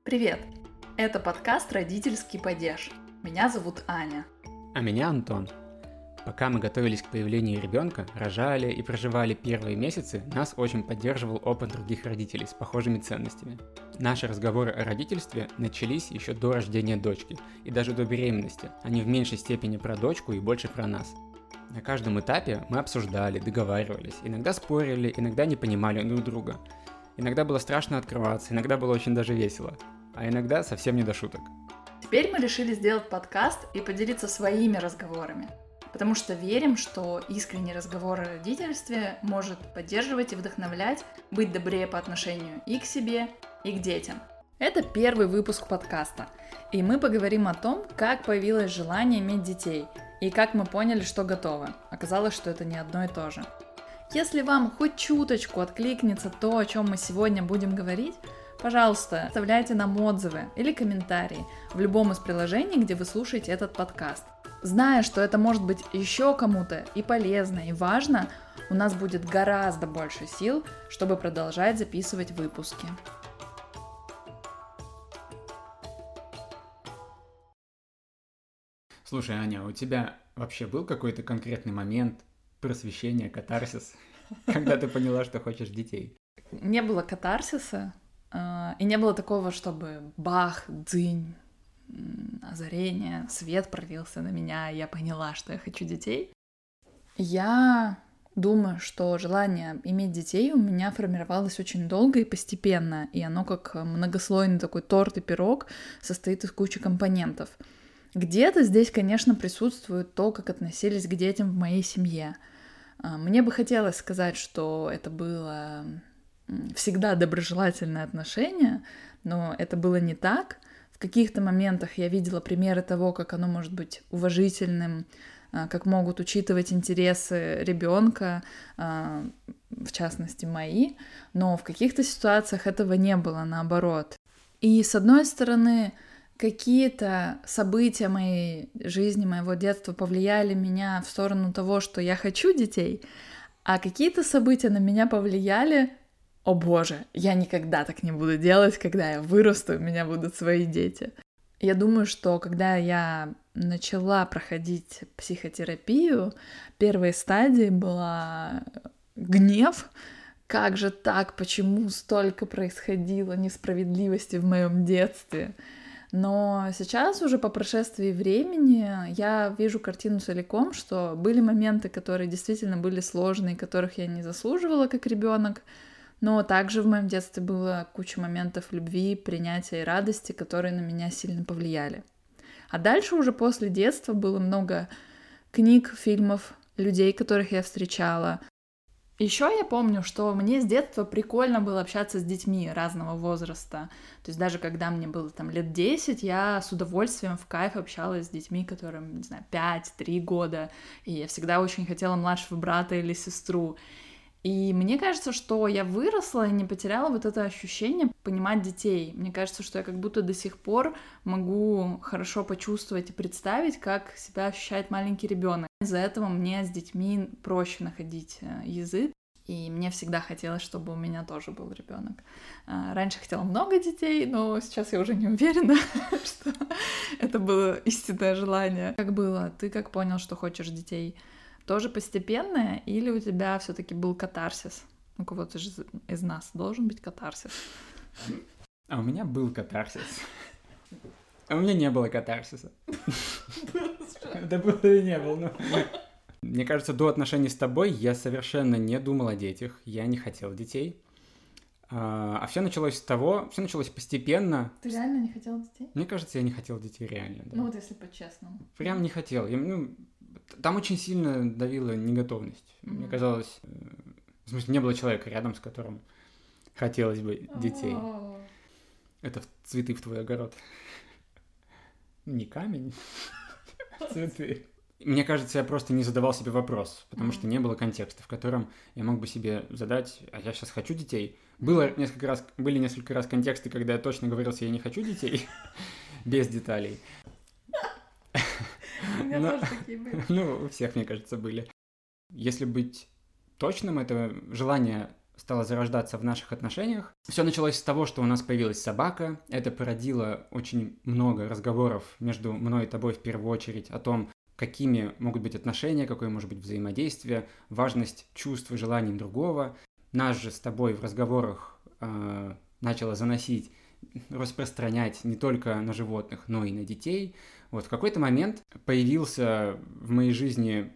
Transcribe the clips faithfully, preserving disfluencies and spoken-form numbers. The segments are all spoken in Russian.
Привет! Это подкаст «Родительский падеж». Меня зовут Аня. А меня Антон. Пока мы готовились к появлению ребенка, рожали и проживали первые месяцы, нас очень поддерживал опыт других родителей с похожими ценностями. Наши разговоры о родительстве начались еще до рождения дочки и даже до беременности. Они в меньшей степени про дочку и больше про нас. На каждом этапе мы обсуждали, договаривались, иногда спорили, иногда не понимали друг друга. Иногда было страшно открываться, иногда было очень даже весело, а иногда совсем не до шуток. Теперь мы решили сделать подкаст и поделиться своими разговорами, потому что верим, что искренний разговор о родительстве может поддерживать и вдохновлять быть добрее по отношению и к себе, и к детям. Это первый выпуск подкаста, и мы поговорим о том, как появилось желание иметь детей, и как мы поняли, что готовы. Оказалось, что это не одно и то же. Если вам хоть чуточку откликнется то, о чем мы сегодня будем говорить, пожалуйста, оставляйте нам отзывы или комментарии в любом из приложений, где вы слушаете этот подкаст. Зная, что это может быть еще кому-то и полезно, и важно, у нас будет гораздо больше сил, чтобы продолжать записывать выпуски. Слушай, Аня, у тебя вообще был какой-то конкретный момент просвещения, катарсис, когда ты поняла, что хочешь детей? Не было катарсиса, и не было такого, чтобы бах, дзынь, озарение, свет пролился на меня, и я поняла, что я хочу детей. Я думаю, что желание иметь детей у меня формировалось очень долго и постепенно, и оно как многослойный такой торт и пирог состоит из кучи компонентов. Где-то здесь, конечно, присутствует то, как относились к детям в моей семье. Мне бы хотелось сказать, что это было всегда доброжелательное отношение, но это было не так. В каких-то моментах я видела примеры того, как оно может быть уважительным, как могут учитывать интересы ребенка, в частности мои, но в каких-то ситуациях этого не было, наоборот. И с одной стороны, какие-то события моей жизни, моего детства повлияли меня в сторону того, что я хочу детей, а какие-то события на меня повлияли: о боже, я никогда так не буду делать, когда я вырасту, у меня будут свои дети. Я думаю, что когда я начала проходить психотерапию, первой стадией была гнев. Как же так? Почему столько происходило несправедливости в моем детстве? Но сейчас уже по прошествии времени я вижу картину целиком, что были моменты, которые действительно были сложные, которых я не заслуживала как ребенок, но также в моем детстве было куча моментов любви, принятия и радости, которые на меня сильно повлияли. А дальше уже после детства было много книг, фильмов, людей, которых я встречала. Еще я помню, что мне с детства прикольно было общаться с детьми разного возраста. То есть даже когда мне было там лет десять, я с удовольствием в кайф общалась с детьми, которым, не знаю, пять-три года. И я всегда очень хотела младшего брата или сестру. И мне кажется, что я выросла и не потеряла вот это ощущение понимать детей. Мне кажется, что я как будто до сих пор могу хорошо почувствовать и представить, как себя ощущает маленький ребенок. Из-за этого мне с детьми проще находить язык. И мне всегда хотелось, чтобы у меня тоже был ребенок. Раньше хотела много детей, но сейчас я уже не уверена, что это было истинное желание. Как было? Ты как понял, что хочешь детей? Тоже постепенное, или у тебя все-таки был катарсис? У кого-то же из нас должен быть катарсис. А у меня был катарсис. А у меня не было катарсиса. Да было и не было. Мне кажется, до отношений с тобой я совершенно не думал о детях. Я не хотел детей. А все началось с того, все началось постепенно. Ты реально не хотел детей? Мне кажется, я не хотел детей реально. Ну вот если по-честному. Прям не хотел. Я, ну, там очень сильно давила неготовность. Mm-hmm. Мне казалось, в смысле, не было человека рядом, с которым хотелось бы детей. Oh. Это цветы в твой огород. Не камень, цветы. Мне кажется, я просто не задавал себе вопрос, потому mm-hmm. что не было контекста, в котором я мог бы себе задать: а я сейчас хочу детей. Было несколько раз, были несколько раз контексты, когда я точно говорил себе: я не хочу детей, без деталей. У меня Но, тоже такие были. Ну, у всех, мне кажется, были. Если быть точным, это желание стало зарождаться в наших отношениях. Все началось с того, что у нас появилась собака. Это породило очень много разговоров между мной и тобой в первую очередь о том, какими могут быть отношения, какое может быть взаимодействие, важность чувств и желаний другого. Нас же с тобой в разговорах э, начало заносить, распространять не только на животных, но и на детей. Вот в какой-то момент появился в моей жизни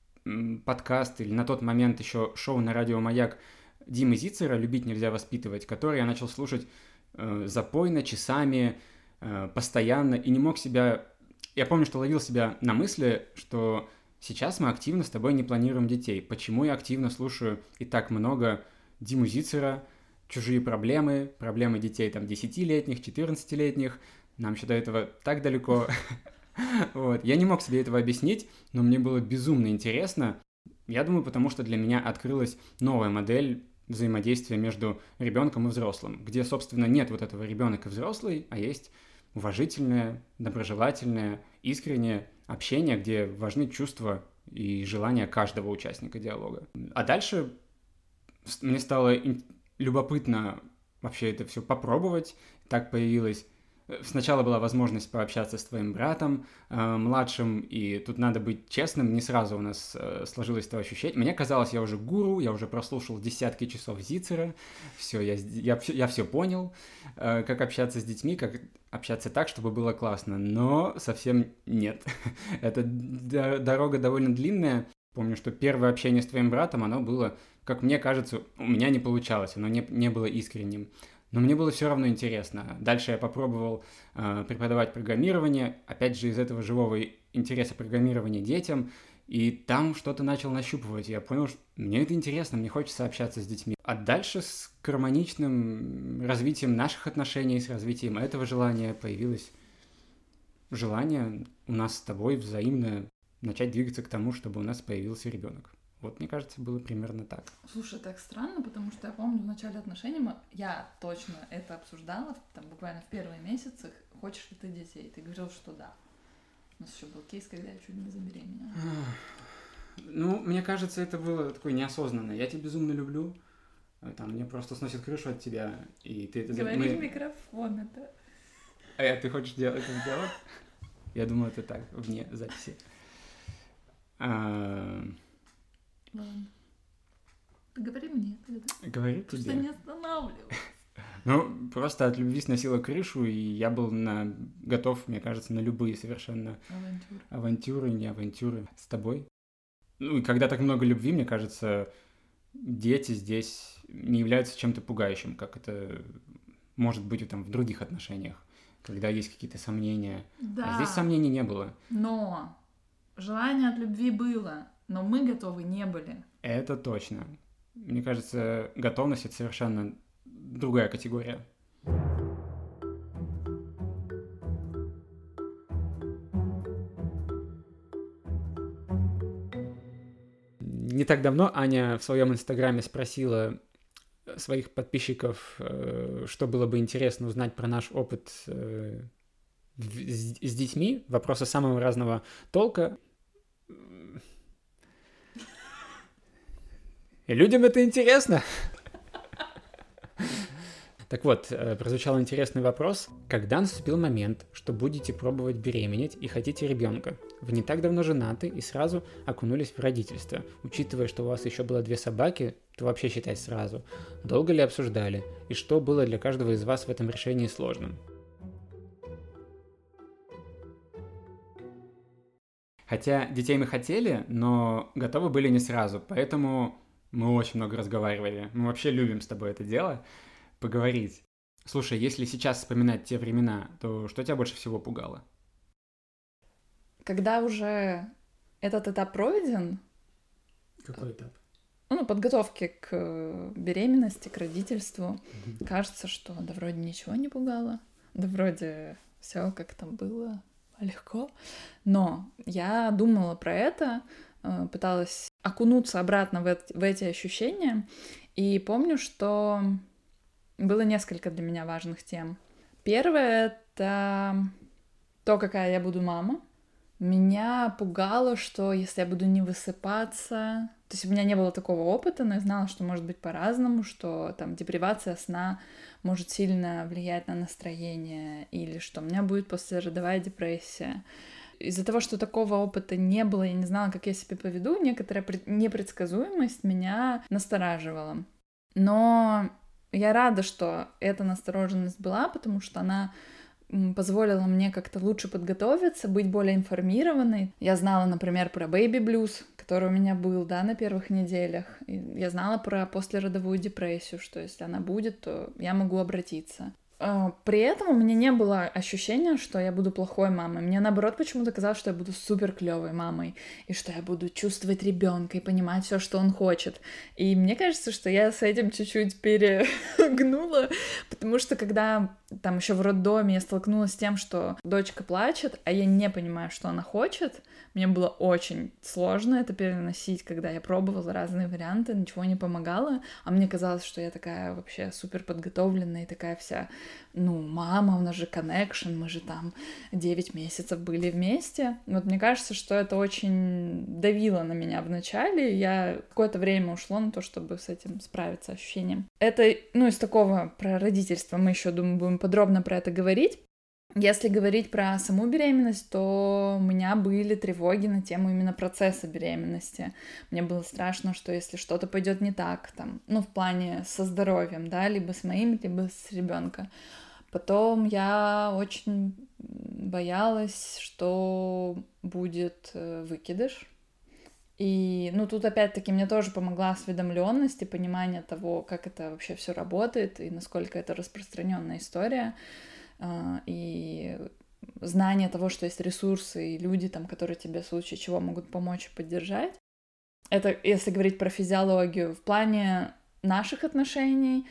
подкаст, или на тот момент еще шоу на радио «Маяк» Димы Зицера «Любить нельзя воспитывать», который я начал слушать э, запойно, часами, э, постоянно, и не мог себя... Я помню, что ловил себя на мысли, что сейчас мы активно с тобой не планируем детей. Почему я активно слушаю и так много Диму Зицера, чужие проблемы, проблемы детей там десятилетних, четырнадцатилетних, нам еще до этого так далеко. Вот. Я не мог себе этого объяснить, но мне было безумно интересно. Я думаю, потому что для меня открылась новая модель взаимодействия между ребенком и взрослым, где, собственно, нет вот этого ребенок и взрослый, а есть уважительное, доброжелательное, искреннее общение, где важны чувства и желания каждого участника диалога. А дальше мне стало любопытно вообще это все попробовать. Так появилась... Сначала была возможность пообщаться с твоим братом э, младшим, и тут надо быть честным, не сразу у нас э, сложилось это ощущение. Мне казалось, я уже гуру, я уже прослушал десятки часов Зицера, все, я, я, я все понял, э, как общаться с детьми, как общаться так, чтобы было классно, но совсем нет. Эта дорога довольно длинная. Помню, что первое общение с твоим братом, оно было, как мне кажется, у меня не получалось, оно не, не было искренним. Но мне было все равно интересно. Дальше я попробовал э, преподавать программирование, опять же, из этого живого интереса программирования детям, и там что-то начал нащупывать. Я понял, что мне это интересно, мне хочется общаться с детьми. А дальше с гармоничным развитием наших отношений, с развитием этого желания появилось желание у нас с тобой взаимно начать двигаться к тому, чтобы у нас появился ребенок. Вот, мне кажется, было примерно так. Слушай, так странно, потому что я помню, в начале отношений мы... я точно это обсуждала, там, буквально в первые месяцы, хочешь ли ты детей? Ты говорил, что да. У нас еще был кейс, когда я чуть не забеременела. Ну, мне кажется, это было такое неосознанно. Я тебя безумно люблю, там, мне просто сносит крышу от тебя, и ты это... Говори мы... в микрофон это. А ты хочешь делать это диалог? Я думаю, это так, вне записи. Ладно. Говори мне тогда. Говори тебе. Просто не останавливайся. Ну, просто от любви сносило крышу, и я был на... готов, мне кажется, на любые совершенно авантюры. авантюры, не авантюры с тобой. Ну, и когда так много любви, мне кажется, дети здесь не являются чем-то пугающим, как это может быть там в других отношениях, когда есть какие-то сомнения. Да. А здесь сомнений не было. Но желание от любви было. Но мы готовы не были. Это точно. Мне кажется, готовность — это совершенно другая категория. Не так давно Аня в своем инстаграме спросила своих подписчиков, что было бы интересно узнать про наш опыт с детьми. Вопросы самого разного толка. И людям это интересно. Так вот, прозвучал интересный вопрос. Когда наступил момент, что будете пробовать беременеть и хотите ребенка? Вы не так давно женаты и сразу окунулись в родительство. Учитывая, что у вас еще было две собаки, то вообще считай сразу. Долго ли обсуждали? И что было для каждого из вас в этом решении сложным? Хотя детей мы хотели, но готовы были не сразу, поэтому... Мы очень много разговаривали. Мы вообще любим с тобой это дело. Поговорить. Слушай, если сейчас вспоминать те времена, то что тебя больше всего пугало? Когда уже этот этап пройден... Какой этап? Ну, подготовки к беременности, к родительству. Mm-hmm. Кажется, что да вроде ничего не пугало. Да вроде все как там было, легко. Но я думала про это, пыталась окунуться обратно в, эти, в эти ощущения, и помню, что было несколько для меня важных тем. Первое — это то, какая я буду мама. Меня пугало, что если я буду не высыпаться, То есть у меня не было такого опыта, но я знала, что может быть по-разному, что там депривация сна может сильно влиять на настроение, или что у меня будет послеродовая депрессия. Из-за того, что такого опыта не было, я не знала, как я себя поведу, некоторая непредсказуемость меня настораживала. Но я рада, что эта настороженность была, потому что она позволила мне как-то лучше подготовиться, быть более информированной. Я знала, например, про бэйби-блюз, который у меня был, да, на первых неделях. И я знала про послеродовую депрессию, что если она будет, то я могу обратиться. При этом у меня не было ощущения, что я буду плохой мамой. Мне, наоборот, почему-то казалось, что я буду супер клевой мамой, и что я буду чувствовать ребенка и понимать все, что он хочет. И мне кажется, что я с этим чуть-чуть перегнула, потому что когда там еще в роддоме я столкнулась с тем, что дочка плачет, а я не понимаю, что она хочет, мне было очень сложно это переносить, когда я пробовала разные варианты, ничего не помогало, а мне казалось, что я такая вообще супер подготовленная и такая вся, ну, мама, у нас же connection, мы же там девять месяцев были вместе. Вот мне кажется, что это очень давило на меня вначале, я какое-то время ушло на то, чтобы с этим справиться, ощущением. Это, ну, из такого про родительство мы еще, думаю, будем подробно про это говорить. Если говорить про саму беременность, то у меня были тревоги на тему именно процесса беременности. Мне было страшно, что если что-то пойдет не так, там, ну, в плане со здоровьем, да, либо с моим, либо с ребенка. Потом я очень боялась, что будет выкидыш. И, ну, тут опять-таки мне тоже помогла осведомленность и понимание того, как это вообще все работает и насколько это распространенная история. И знание того, что есть ресурсы и люди, там, которые тебе в случае чего могут помочь и поддержать. Это если говорить про физиологию. В плане наших отношений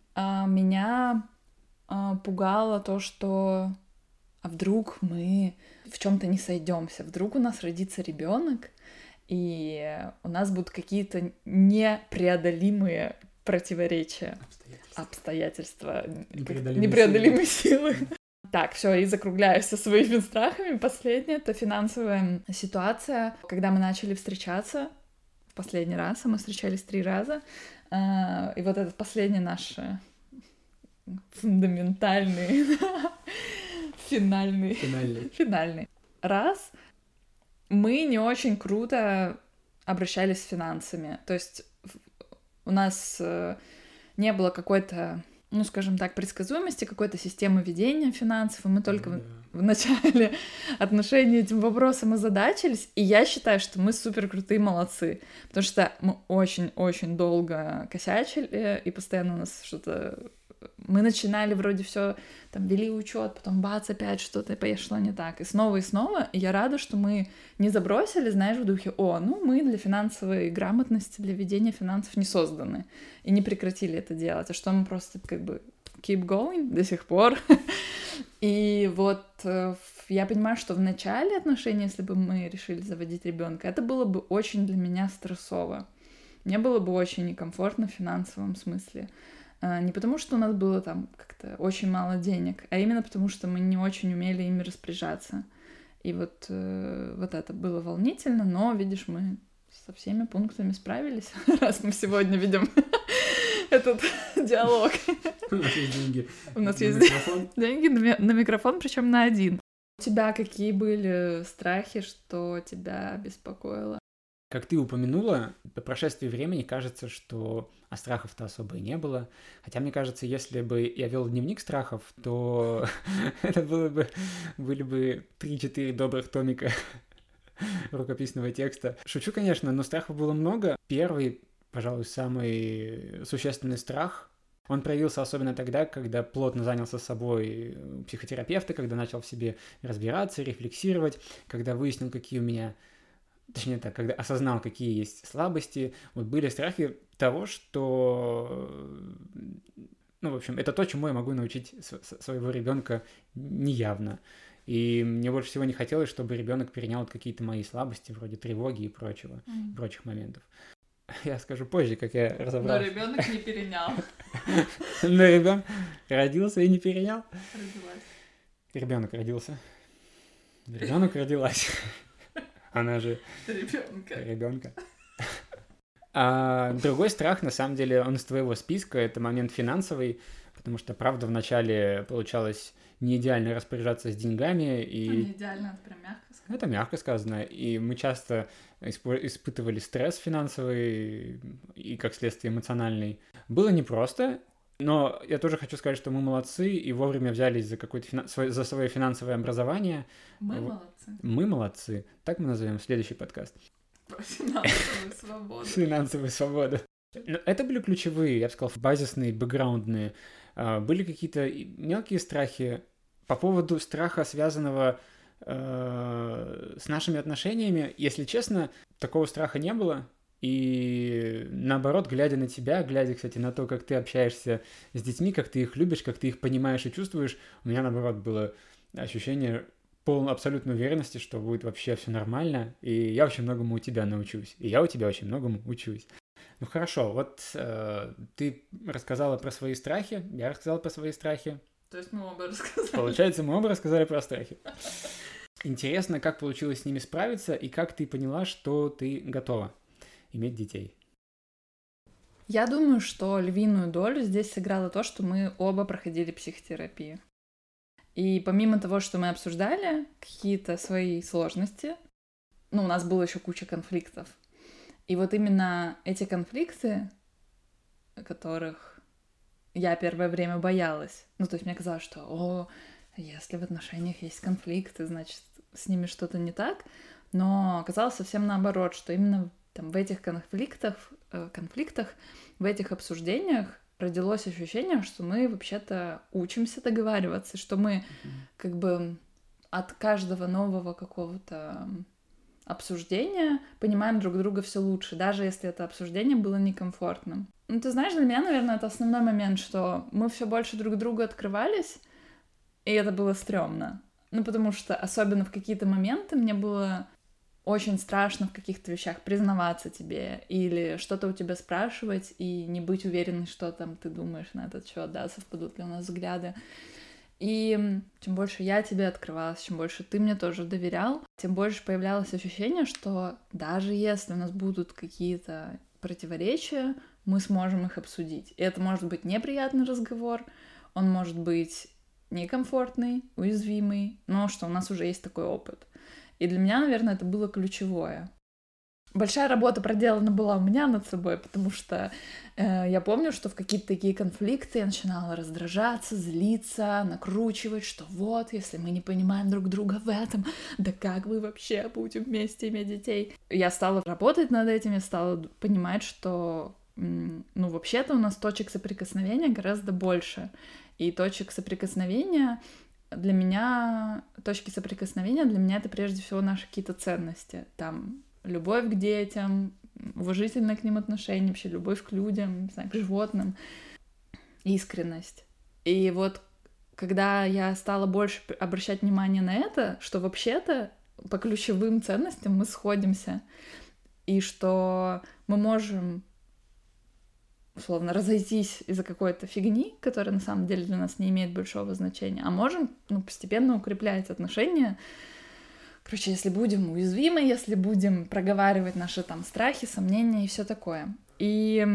меня пугало то, что а вдруг мы в чем-то не сойдемся, вдруг у нас родится ребенок, и у нас будут какие-то непреодолимые противоречия, обстоятельства, обстоятельства непреодолимые, непреодолимые силы. силы. Так, все, и закругляюсь со своими страхами. Последнее — это финансовая ситуация. Когда мы начали встречаться в последний раз, а мы встречались три раза, и вот этот последний наш фундаментальный, финальный, финальный. финальный раз, мы не очень круто обращались с финансами. То есть у нас не было какой-то, ну, скажем так, предсказуемости, какой-то системы ведения финансов, и мы только да. в, в начале отношений этим вопросом озадачились, и я считаю, что мы супер крутые молодцы, потому что мы очень-очень долго косячили, и постоянно у нас что-то... Мы начинали вроде все там, вели учет, потом бац, опять что-то пошло не так, и снова и снова, и я рада, что мы не забросили, знаешь, в духе, о, ну, мы для финансовой грамотности, для ведения финансов не созданы, и не прекратили это делать, а что мы просто как бы keep going до сих пор. И вот я понимаю, что в начале отношений, если бы мы решили заводить ребенка, это было бы очень для меня стрессово. Мне было бы очень некомфортно в финансовом смысле. Не потому, что у нас было там как-то очень мало денег, а именно потому, что мы не очень умели ими распоряжаться. И вот, э, вот это было волнительно, но, видишь, мы со всеми пунктами справились, раз мы сегодня ведем этот диалог. У нас есть деньги. У нас есть деньги на микрофон, причем на один. У тебя какие были страхи, что тебя беспокоило? Как ты упомянула, по прошествии времени кажется, что а страхов-то особо и не было. Хотя, мне кажется, если бы я вел дневник страхов, то это было бы, были бы три-четыре добрых томика рукописного текста. Шучу, конечно, но страхов было много. Первый, пожалуй, самый существенный страх, он проявился особенно тогда, когда плотно занялся собой психотерапевта, когда начал в себе разбираться, рефлексировать, когда выяснил, какие у меня... Точнее так, когда осознал, какие есть слабости, вот были страхи того, что, ну, в общем, это то, чему я могу научить своего ребенка неявно. И мне больше всего не хотелось, чтобы ребенок перенял вот какие-то мои слабости, вроде тревоги и прочего, mm. прочих моментов. Я скажу позже, как я разобрался. Но ребенок не перенял. Но ребенок родился и не перенял. Родилась. Ребенок родился. Ребенок родилась. Она же... Ребенка. Ребенка. А другой страх, на самом деле, он из твоего списка, это момент финансовый, потому что, правда, вначале получалось не идеально распоряжаться с деньгами. И... Ну, не идеально, это прям мягко сказано. Это мягко сказано, и мы часто исп- испытывали стресс финансовый и, как следствие, эмоциональный. Было непросто, но я тоже хочу сказать, что мы молодцы и вовремя взялись за, какое-то финан... за свое финансовое образование. Мы молодцы. Мы молодцы. Так мы назовем следующий подкаст. Про финансовую свободу. Финансовую свободу. Но это были ключевые, я бы сказал, базисные, бэкграундные. Были какие-то мелкие страхи по поводу страха, связанного э, с нашими отношениями. Если честно, такого страха не было. И наоборот, глядя на тебя, глядя, кстати, на то, как ты общаешься с детьми, как ты их любишь, как ты их понимаешь и чувствуешь, у меня, наоборот, было ощущение полной абсолютной уверенности, что будет вообще все нормально, и я очень многому у тебя научусь, и я у тебя очень многому учусь. Ну хорошо, вот э, ты рассказала про свои страхи, я рассказал про свои страхи. То есть мы оба рассказали. Получается, мы оба рассказали про страхи. Интересно, как получилось с ними справиться, и как ты поняла, что ты готова иметь детей? Я думаю, что львиную долю здесь сыграло то, что мы оба проходили психотерапию. И помимо того, что мы обсуждали какие-то свои сложности, ну, у нас было еще куча конфликтов. И вот именно эти конфликты, которых я первое время боялась, ну, то есть мне казалось, что, о, если в отношениях есть конфликты, значит, с ними что-то не так, но оказалось совсем наоборот, что именно там в этих конфликтах, конфликтах, в этих обсуждениях родилось ощущение, что мы вообще-то учимся договариваться, что мы mm-hmm. как бы от каждого нового какого-то обсуждения понимаем друг друга все лучше, даже если это обсуждение было некомфортным. Ну, ты знаешь, для меня, наверное, это основной момент, что мы все больше друг другу открывались, и это было стрёмно. Ну, потому что особенно в какие-то моменты мне было очень страшно в каких-то вещах признаваться тебе или что-то у тебя спрашивать и не быть уверенной, что там ты думаешь на этот счет, да, совпадут ли у нас взгляды. И чем больше я тебе открывалась, чем больше ты мне тоже доверял, тем больше появлялось ощущение, что даже если у нас будут какие-то противоречия, мы сможем их обсудить. И это может быть неприятный разговор, он может быть некомфортный, уязвимый, но что у нас уже есть такой опыт. И для меня, наверное, это было ключевое. Большая работа проделана была у меня над собой, потому что э, я помню, что в какие-то такие конфликты я начинала раздражаться, злиться, накручивать, что вот, если мы не понимаем друг друга в этом, да как мы вообще будем вместе иметь детей? Я стала работать над этим, я стала понимать, что, м, ну, вообще-то у нас точек соприкосновения гораздо больше. И точек соприкосновения для меня, точки соприкосновения для меня это прежде всего наши какие-то ценности. Там любовь к детям, уважительное к ним отношение, вообще любовь к людям, не знаю, к животным, искренность. И вот когда я стала больше обращать внимание на это, что вообще-то по ключевым ценностям мы сходимся, и что мы можем условно разойтись из-за какой-то фигни, которая на самом деле для нас не имеет большого значения, а можем, ну, постепенно укреплять отношения. Короче, если будем уязвимы, если будем проговаривать наши там страхи, сомнения и все такое. И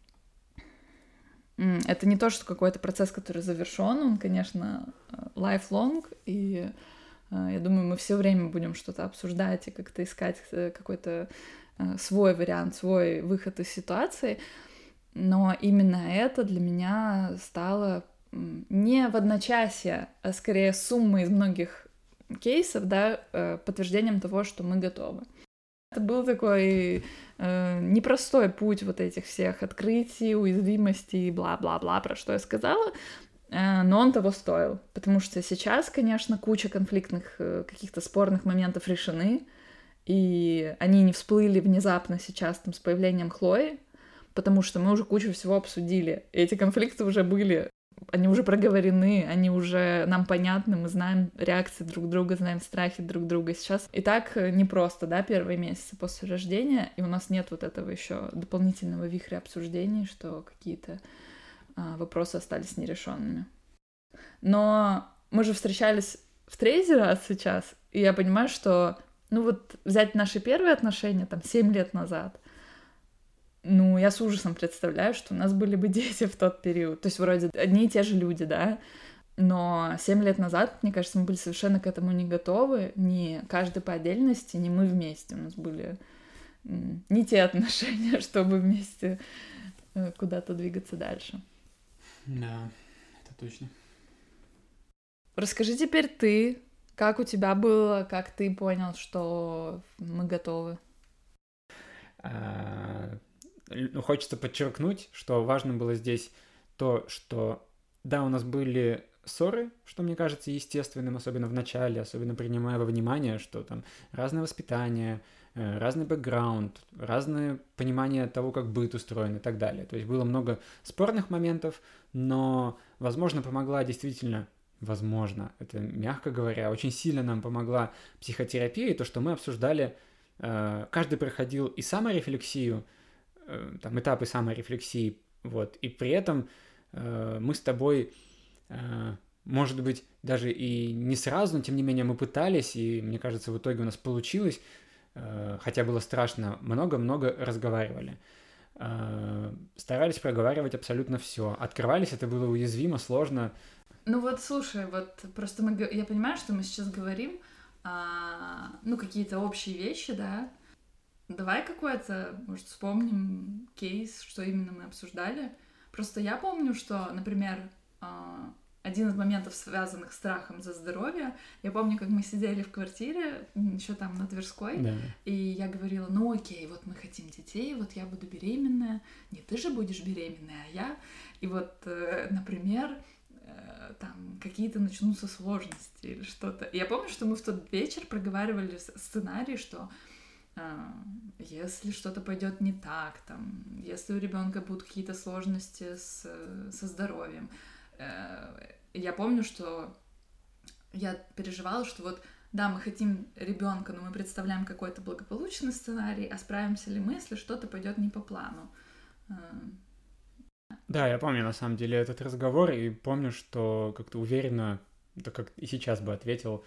это не то, что какой-то процесс, который завершён, он, конечно, lifelong, и я думаю, мы все время будем что-то обсуждать и как-то искать какой-то свой вариант, свой выход из ситуации. Но именно это для меня стало не в одночасье, а скорее суммой из многих кейсов, да, подтверждением того, что мы готовы. Это был такой э, непростой путь вот этих всех открытий, уязвимостей, бла-бла-бла, про что я сказала, э, но он того стоил. Потому что сейчас, конечно, куча конфликтных, э, каких-то спорных моментов решены, и они не всплыли внезапно сейчас там, с появлением Хлои, потому что мы уже кучу всего обсудили. И эти конфликты уже были, они уже проговорены, они уже нам понятны, мы знаем реакции друг друга, знаем страхи друг друга. Сейчас и так непросто, да, первые месяцы после рождения, и у нас нет вот этого еще дополнительного вихря обсуждений, что какие-то а, вопросы остались нерешенными. Но мы же встречались в третий раз сейчас, и я понимаю, что, ну вот, взять наши первые отношения, там, семь лет назад, ну, ну, я с ужасом представляю, что у нас были бы дети в тот период. То есть вроде одни и те же люди, да, но семь лет назад, мне кажется, мы были совершенно к этому не готовы, ни каждый по отдельности, ни мы вместе. У нас были не те отношения, чтобы вместе куда-то двигаться дальше. Да, это точно. Расскажи теперь ты, как у тебя было, как ты понял, что мы готовы? А, ну, хочется подчеркнуть, что важно было здесь то, что, да, у нас были ссоры, что мне кажется естественным, особенно в начале, особенно принимая во внимание, что там разное воспитание, разный бэкграунд, разное понимание того, как быт устроен и так далее. То есть было много спорных моментов, но, возможно, помогла действительно, возможно, это мягко говоря, очень сильно нам помогла психотерапия, и то, что мы обсуждали, каждый проходил и саморефлексию, там, этапы саморефлексии, вот, и при этом мы с тобой, может быть, даже и не сразу, но тем не менее мы пытались, и мне кажется, в итоге у нас получилось, хотя было страшно, много-много разговаривали. Старались проговаривать абсолютно все. Открывались, это было уязвимо, сложно. Ну вот, слушай, вот просто мы, я понимаю, что мы сейчас говорим, а, ну, какие-то общие вещи, да. Давай какой-то, может, вспомним кейс, что именно мы обсуждали. Просто я помню, что, например, один из моментов, связанных с страхом за здоровье, я помню, как мы сидели в квартире, еще там на Тверской, да. И я говорила, ну окей, вот мы хотим детей, вот я буду беременная, не ты же будешь беременная, а я. И вот, например, там какие-то начнутся сложности или что-то. И я помню, что мы в тот вечер проговаривали сценарий, что если что-то пойдет не так, там, если у ребенка будут какие-то сложности с, со здоровьем. Я помню, что я переживала, что вот, да, мы хотим ребенка, но мы представляем какой-то благополучный сценарий, а справимся ли мы, если что-то пойдет не по плану. Да, я помню, на самом деле, этот разговор, и помню, что как-то уверенно, так как и сейчас бы ответил,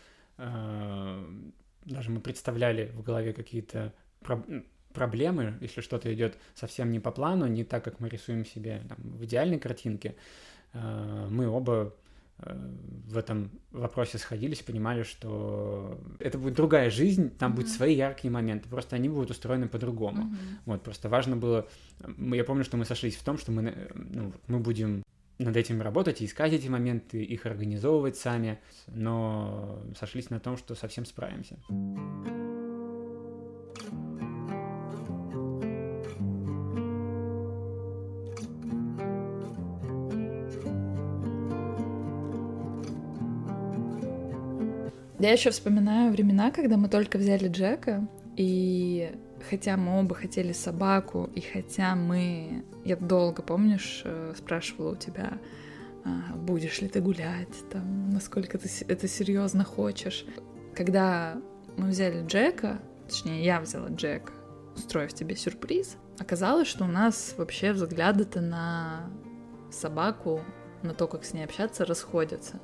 даже мы представляли в голове какие-то проблемы, если что-то идет совсем не по плану, не так, как мы рисуем себе там, в идеальной картинке, мы оба в этом вопросе сходились, понимали, что это будет другая жизнь, там mm-hmm. будут свои яркие моменты, просто они будут устроены по-другому. Mm-hmm. Вот, просто важно было... Я помню, что мы сошлись в том, что мы, ну, мы будем над этим работать и искать эти моменты, их организовывать сами, но сошлись на том, что совсем справимся. Я еще вспоминаю времена, когда мы только взяли Джека, и хотя мы оба хотели собаку, и хотя мы... Я долго, помнишь, спрашивала у тебя, будешь ли ты гулять, там, насколько ты это серьезно хочешь. Когда мы взяли Джека, точнее, я взяла Джека, устроив тебе сюрприз, оказалось, что у нас вообще взгляды-то на собаку, на то, как с ней общаться, расходятся.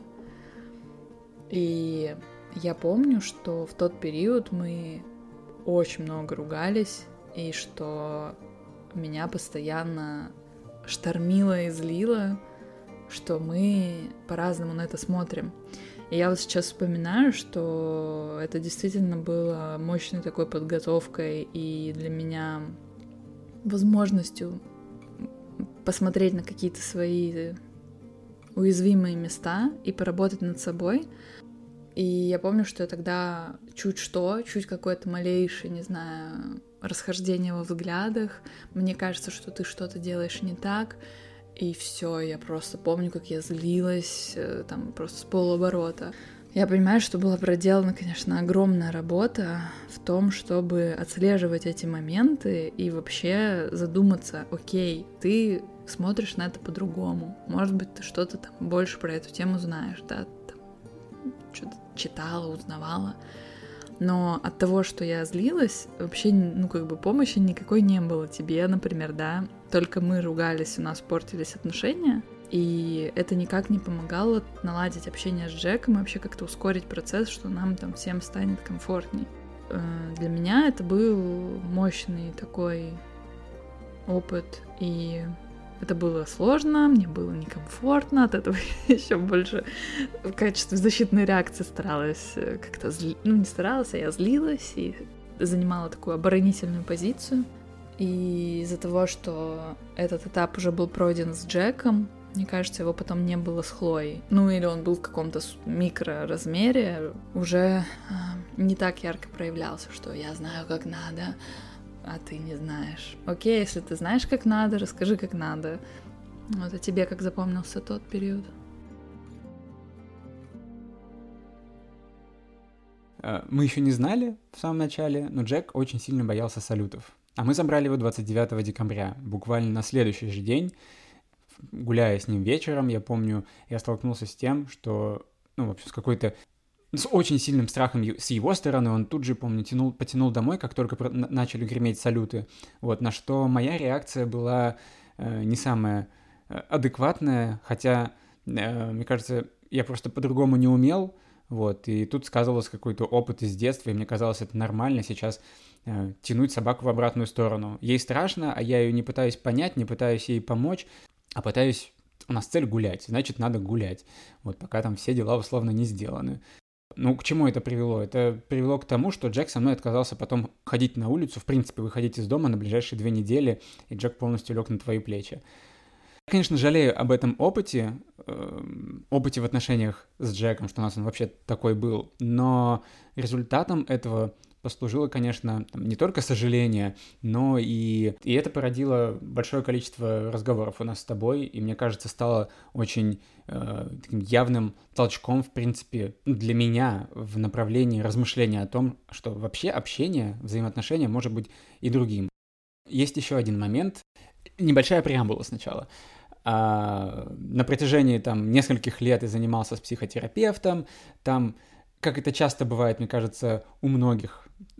И я помню, что в тот период мы очень много ругались, и что меня постоянно штормило и злило, что мы по-разному на это смотрим. И я вот сейчас вспоминаю, что это действительно было мощной такой подготовкой и для меня возможностью посмотреть на какие-то свои уязвимые места и поработать над собой. И я помню, что я тогда чуть что, чуть какое-то малейшее, не знаю, расхождение во взглядах, мне кажется, что ты что-то делаешь не так, и все, я просто помню, как я злилась, там, просто с полуоборота. Я понимаю, что была проделана, конечно, огромная работа в том, чтобы отслеживать эти моменты и вообще задуматься, окей, ты смотришь на это по-другому, может быть, ты что-то там больше про эту тему знаешь, да, что-то читала, узнавала. Но от того, что я злилась, вообще, ну, как бы помощи никакой не было тебе, например, да. Только мы ругались, у нас портились отношения, и это никак не помогало наладить общение с Джеком и вообще как-то ускорить процесс, что нам там всем станет комфортней. Для меня это был мощный такой опыт, и это было сложно, мне было некомфортно, от этого еще больше в качестве защитной реакции старалась как-то, зли... ну не старалась, а я злилась и занимала такую оборонительную позицию. И из-за того, что этот этап уже был пройден с Джеком, мне кажется, его потом не было с Хлоей. Ну или он был в каком-то микроразмере, уже э, не так ярко проявлялся, что я знаю, как надо, а ты не знаешь. Окей, если ты знаешь, как надо, расскажи, как надо. Вот, а тебе как запомнился тот период? Мы еще не знали в самом начале, но Джек очень сильно боялся салютов. А мы забрали его двадцать девятого декабря, буквально на следующий же день. Гуляя с ним вечером, я помню, я столкнулся с тем, что, ну, в общем, с какой-то с очень сильным страхом с его стороны, он тут же, помню, тянул, потянул домой, как только про- начали греметь салюты, вот, на что моя реакция была э, не самая э, адекватная, хотя, э, мне кажется, я просто по-другому не умел, вот, и тут сказывался какой-то опыт из детства, и мне казалось, это нормально сейчас э, тянуть собаку в обратную сторону. Ей страшно, а я ее не пытаюсь понять, не пытаюсь ей помочь, а пытаюсь... У нас цель гулять, значит, надо гулять, вот, пока там все дела условно не сделаны. Ну, к чему это привело? Это привело к тому, что Джек со мной отказался потом ходить на улицу, в принципе, выходить из дома на ближайшие две недели, и Джек полностью лег на твои плечи. Я, конечно, жалею об этом опыте, э, опыте в отношениях с Джеком, что у нас он вообще такой был, но результатом этого послужило, конечно, там, не только сожаление, но и... И это породило большое количество разговоров у нас с тобой, и, мне кажется, стало очень э, таким явным толчком, в принципе, для меня в направлении размышления о том, что вообще общение, взаимоотношения может быть и другим. Есть еще один момент. Небольшая преамбула сначала. А, на протяжении там нескольких лет я занимался с психотерапевтом, там, как это часто бывает, мне кажется, у многих,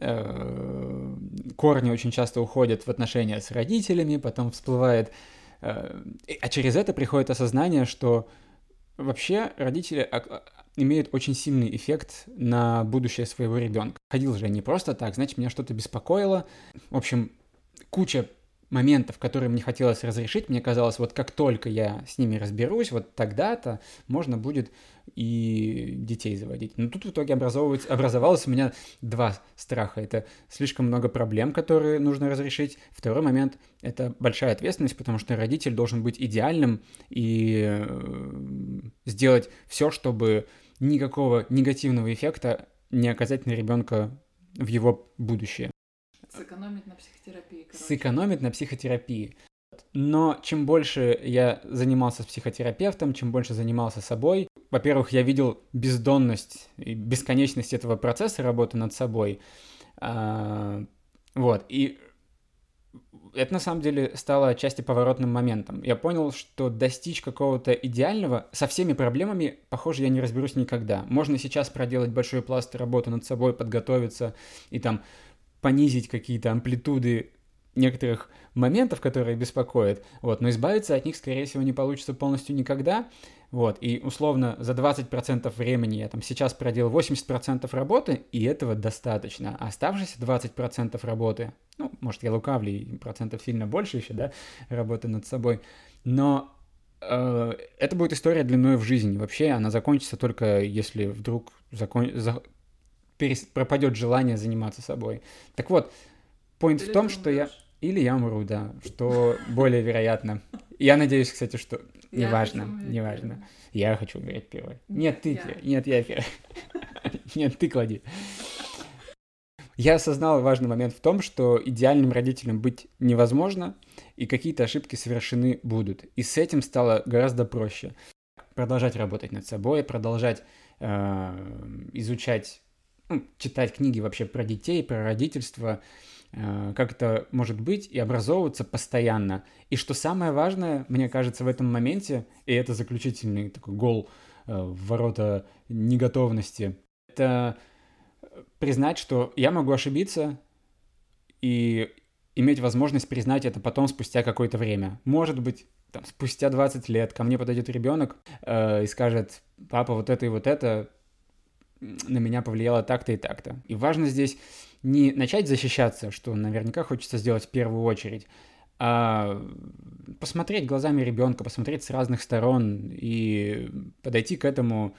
э, корни очень часто уходят в отношения с родителями, потом всплывает, э, а через это приходит осознание, что вообще родители имеют очень сильный эффект на будущее своего ребенка. Ходил же я не просто так, значит, меня что-то беспокоило. В общем, куча моментов, которые мне хотелось разрешить, мне казалось, вот как только я с ними разберусь, вот тогда-то можно будет и детей заводить. Но тут в итоге образовалось у меня два страха. Это слишком много проблем, которые нужно разрешить. Второй момент — это большая ответственность, потому что родитель должен быть идеальным и сделать все, чтобы никакого негативного эффекта не оказать на ребенка в его будущее. Сэкономить на психотерапии, короче. Сэкономить на психотерапии. Но чем больше я занимался с психотерапевтом, чем больше занимался собой, во-первых, я видел бездонность и бесконечность этого процесса работы над собой. А, вот. И это на самом деле стало отчасти поворотным моментом. Я понял, что достичь какого-то идеального со всеми проблемами, похоже, я не разберусь никогда. Можно сейчас проделать большой пласт работы над собой, подготовиться и там понизить какие-то амплитуды некоторых моментов, которые беспокоят, вот, но избавиться от них, скорее всего, не получится полностью никогда, вот, и условно за двадцать процентов времени я там сейчас проделал восемьдесят процентов работы, и этого достаточно, а оставшиеся двадцать процентов работы, ну, может, я лукавлю, и процентов сильно больше еще, да, работы над собой, но э, это будет история длиной в жизни, вообще она закончится только если вдруг закон... за... перес... пропадет желание заниматься собой. Так вот, поинт в том, что я... Или я умру, да, что более вероятно. Я надеюсь, кстати, что... Неважно, неважно. Я хочу умереть первой. Нет, ты, нет, я первый. Нет, ты клади. Я осознал важный момент в том, что идеальным родителем быть невозможно, и какие-то ошибки совершены будут. И с этим стало гораздо проще. Продолжать работать над собой, продолжать э, изучать, ну, читать книги вообще про детей, про родительство, как это может быть, и образовываться постоянно. И что самое важное, мне кажется, в этом моменте, и это заключительный такой гол в ворота неготовности, это признать, что я могу ошибиться и иметь возможность признать это потом, спустя какое-то время. Может быть, там, спустя двадцать лет ко мне подойдет ребенок э, и скажет: папа, вот это и вот это на меня повлияло так-то и так-то. И важно здесь не начать защищаться, что наверняка хочется сделать в первую очередь, а посмотреть глазами ребенка, посмотреть с разных сторон и подойти к этому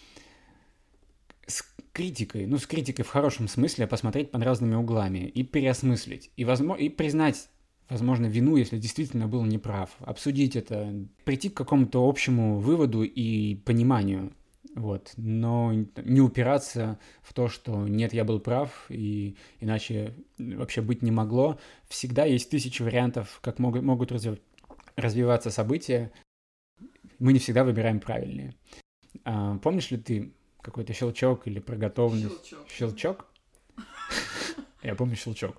с критикой, ну, с критикой в хорошем смысле, посмотреть под разными углами и переосмыслить, и, возможно, и признать, возможно, вину, если действительно был неправ, обсудить это, прийти к какому-то общему выводу и пониманию, вот, но не упираться в то, что нет, я был прав, и иначе вообще быть не могло. Всегда есть тысячи вариантов, как могут, могут разви- развиваться события. Мы не всегда выбираем правильные. А, помнишь ли ты какой-то щелчок или про готовность? Щелчок. Щелчок? Я помню щелчок.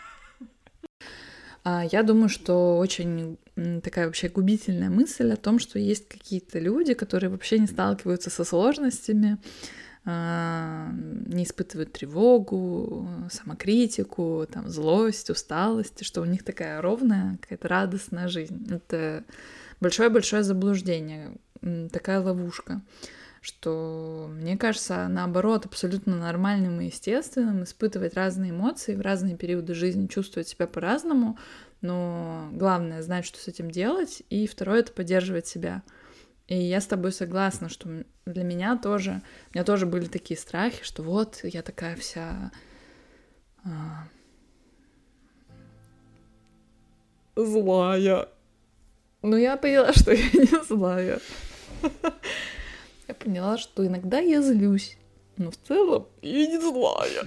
Я думаю, что очень такая вообще губительная мысль о том, что есть какие-то люди, которые вообще не сталкиваются со сложностями, не испытывают тревогу, самокритику, там, злость, усталость, что у них такая ровная, какая-то радостная жизнь. Это большое-большое заблуждение, такая ловушка, что, мне кажется, наоборот, абсолютно нормальным и естественным испытывать разные эмоции в разные периоды жизни, чувствовать себя по-разному, но главное — знать, что с этим делать, и второе — это поддерживать себя. И я с тобой согласна, что для меня тоже, у меня тоже были такие страхи, что вот я такая вся а, злая. Но я поняла, что я не злая. Я поняла, что иногда я злюсь, но в целом я не злая.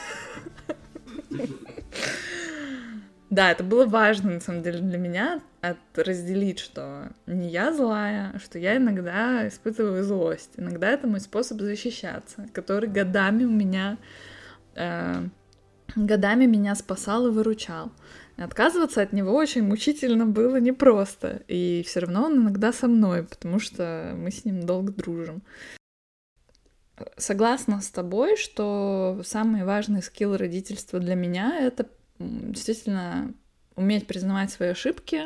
Да, это было важно, на самом деле, для меня разделить, что не я злая, что я иногда испытываю злость. Иногда это мой способ защищаться, который годами у меня, э, годами меня спасал и выручал. И отказываться от него очень мучительно было непросто, и все равно он иногда со мной, потому что мы с ним долго дружим. Согласна с тобой, что самый важный скилл родительства для меня — это действительно уметь признавать свои ошибки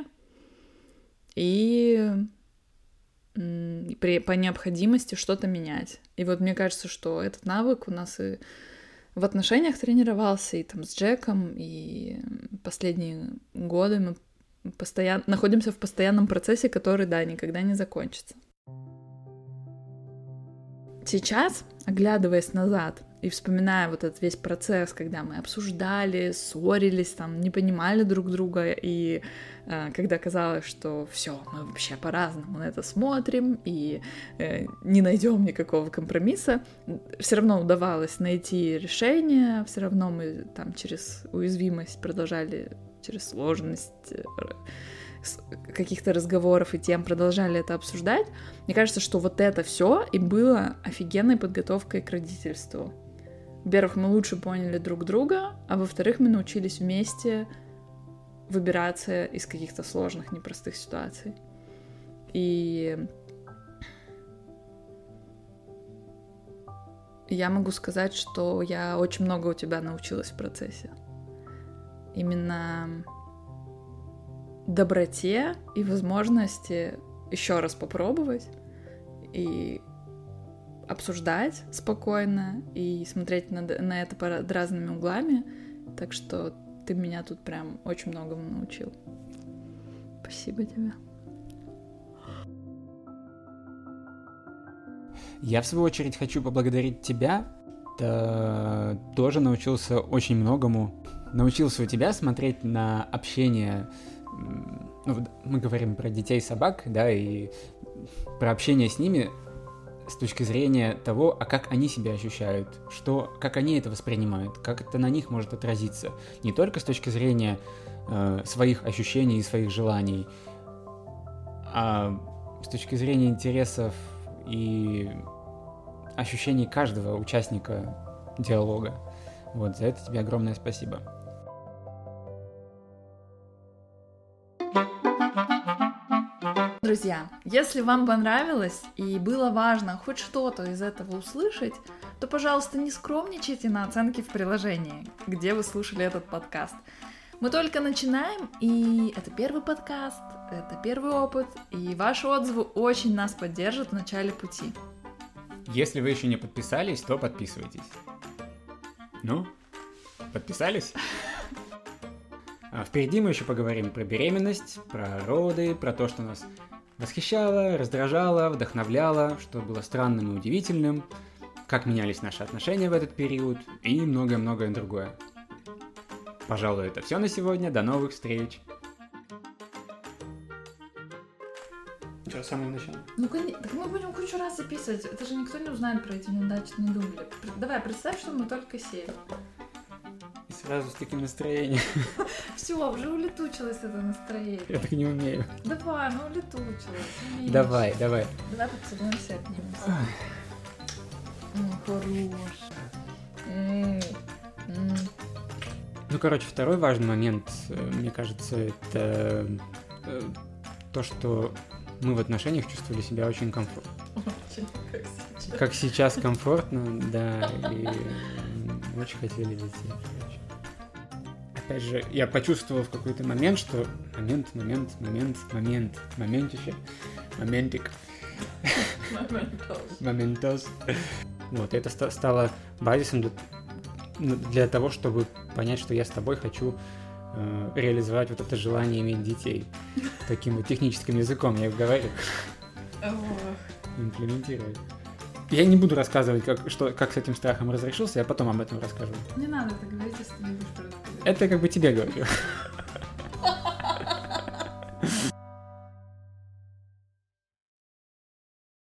и при, по необходимости что-то менять. И вот мне кажется, что этот навык у нас и в отношениях тренировался, и там с Джеком, и последние годы мы постоянно находимся в постоянном процессе, который, да, никогда не закончится. Сейчас, оглядываясь назад и вспоминая вот этот весь процесс, когда мы обсуждали, ссорились, там, не понимали друг друга, и э, когда казалось, что все, мы вообще по-разному на это смотрим и э, не найдем никакого компромисса, все равно удавалось найти решение, все равно мы там через уязвимость продолжали, через сложность э, каких-то разговоров и тем продолжали это обсуждать. Мне кажется, что вот это все и было офигенной подготовкой к родительству. Во-первых, мы лучше поняли друг друга, а во-вторых, мы научились вместе выбираться из каких-то сложных, непростых ситуаций. И я могу сказать, что я очень много у тебя научилась в процессе. Именно доброте и возможности еще раз попробовать и обсуждать спокойно и смотреть на, на это под разными углами. Так что ты меня тут прям очень многому научил. Спасибо тебе. Я, в свою очередь, хочу поблагодарить тебя. Ты тоже научился очень многому. Научился у тебя смотреть на общение. Ну, мы говорим про детей и собак, да, и про общение с ними с точки зрения того, а как они себя ощущают, что, как они это воспринимают, как это на них может отразиться. Не только с точки зрения э, своих ощущений и своих желаний, а с точки зрения интересов и ощущений каждого участника диалога. Вот, за это тебе огромное спасибо. Друзья, если вам понравилось и было важно хоть что-то из этого услышать, то, пожалуйста, не скромничайте на оценки в приложении, где вы слушали этот подкаст. Мы только начинаем, и это первый подкаст, это первый опыт, и ваши отзывы очень нас поддержат в начале пути. Если вы еще не подписались, то подписывайтесь. Ну, подписались? А впереди мы еще поговорим про беременность, про роды, про то, что нас восхищало, раздражало, вдохновляло, что было странным и удивительным, как менялись наши отношения в этот период и многое-многое другое. Пожалуй, это все на сегодня. До новых встреч! Что, с самого начала? Ну, так мы будем кучу раз записывать. Это же никто не узнает про эти неудачные дубли. Давай, представь, что мы только сели. И сразу с таким настроением. Все, уже улетучилось это настроение. Я так не умею. Давай, ну улетучилось. Умеешь. Давай, давай. Давай поцелуемся и обнимемся. О, хорош. Ну, короче, второй важный момент, мне кажется, это то, что мы в отношениях чувствовали себя очень комфортно. Очень, как сейчас. Как сейчас комфортно, да, и очень хотели детей. Опять же, я почувствовал в какой-то момент, что момент, момент, момент, момент, моментище, моментик. Моментос. Моментос. Вот, это ста- стало базисом для, для того, чтобы понять, что я с тобой хочу э, реализовать вот это желание иметь детей. Таким вот техническим языком я говорю. Имплементировать. Я не буду рассказывать, как, что, как с этим страхом разрешился, я потом об этом расскажу. Не надо это говорить, если ты не будешь рассказывать. Это как бы тебе говорю.